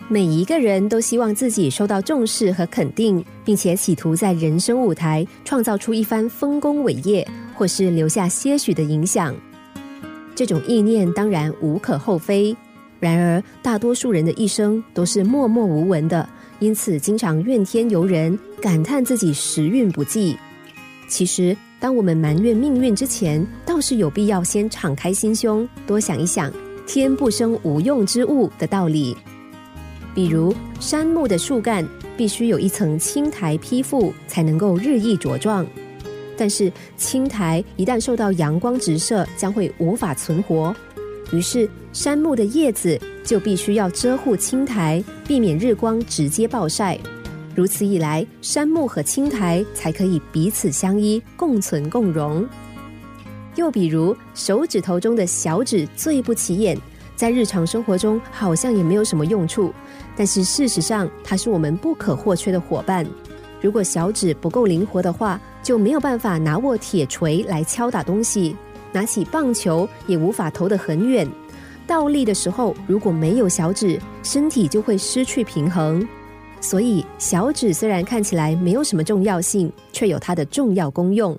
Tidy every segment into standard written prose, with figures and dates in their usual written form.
每一个人都希望自己受到重视和肯定，并且企图在人生舞台创造出一番丰功伟业，或是留下些许的影响。这种意念当然无可厚非，然而大多数人的一生都是默默无闻的，因此经常怨天尤人，感叹自己时运不济。其实当我们埋怨命运之前，倒是有必要先敞开心胸，多想一想天不生无用之物的道理。比如杉木的树干必须有一层青苔披覆，才能够日益茁壮，但是青苔一旦受到阳光直射，将会无法存活，于是杉木的叶子就必须要遮护青苔，避免日光直接暴晒。如此一来，杉木和青苔才可以彼此相依，共存共荣。又比如手指头中的小指最不起眼，在日常生活中好像也没有什么用处，但是事实上它是我们不可或缺的伙伴。如果小指不够灵活的话，就没有办法拿握铁锤来敲打东西，拿起棒球也无法投得很远。倒立的时候如果没有小指，身体就会失去平衡。所以小指虽然看起来没有什么重要性，却有它的重要功用。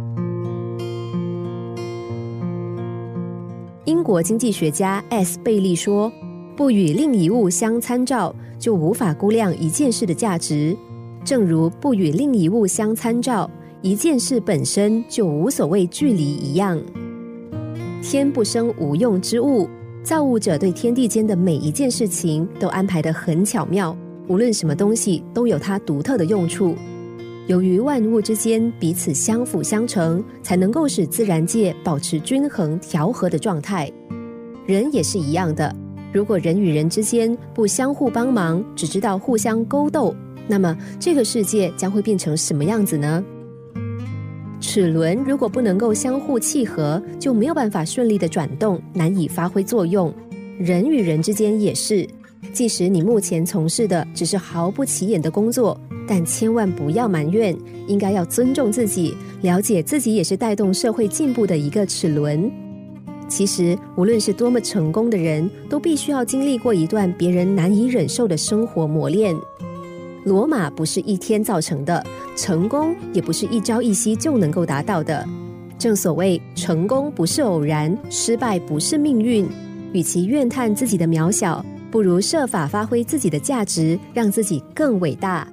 英国经济学家 S. 贝利说，不与另一物相参照，就无法估量一件事的价值。正如不与另一物相参照，一件事本身就无所谓距离一样。天不生无用之物，造物者对天地间的每一件事情都安排得很巧妙，无论什么东西都有它独特的用处。由于万物之间彼此相辅相成，才能够使自然界保持均衡调和的状态。人也是一样的，如果人与人之间不相互帮忙，只知道互相勾斗，那么这个世界将会变成什么样子呢？齿轮如果不能够相互契合，就没有办法顺利的转动，难以发挥作用。人与人之间也是，即使你目前从事的只是毫不起眼的工作，但千万不要埋怨，应该要尊重自己，了解自己也是带动社会进步的一个齿轮。其实无论是多么成功的人，都必须要经历过一段别人难以忍受的生活磨练。罗马不是一天造成的，成功也不是一朝一夕就能够达到的。正所谓成功不是偶然，失败不是命运。与其怨叹自己的渺小，不如设法发挥自己的价值，让自己更伟大。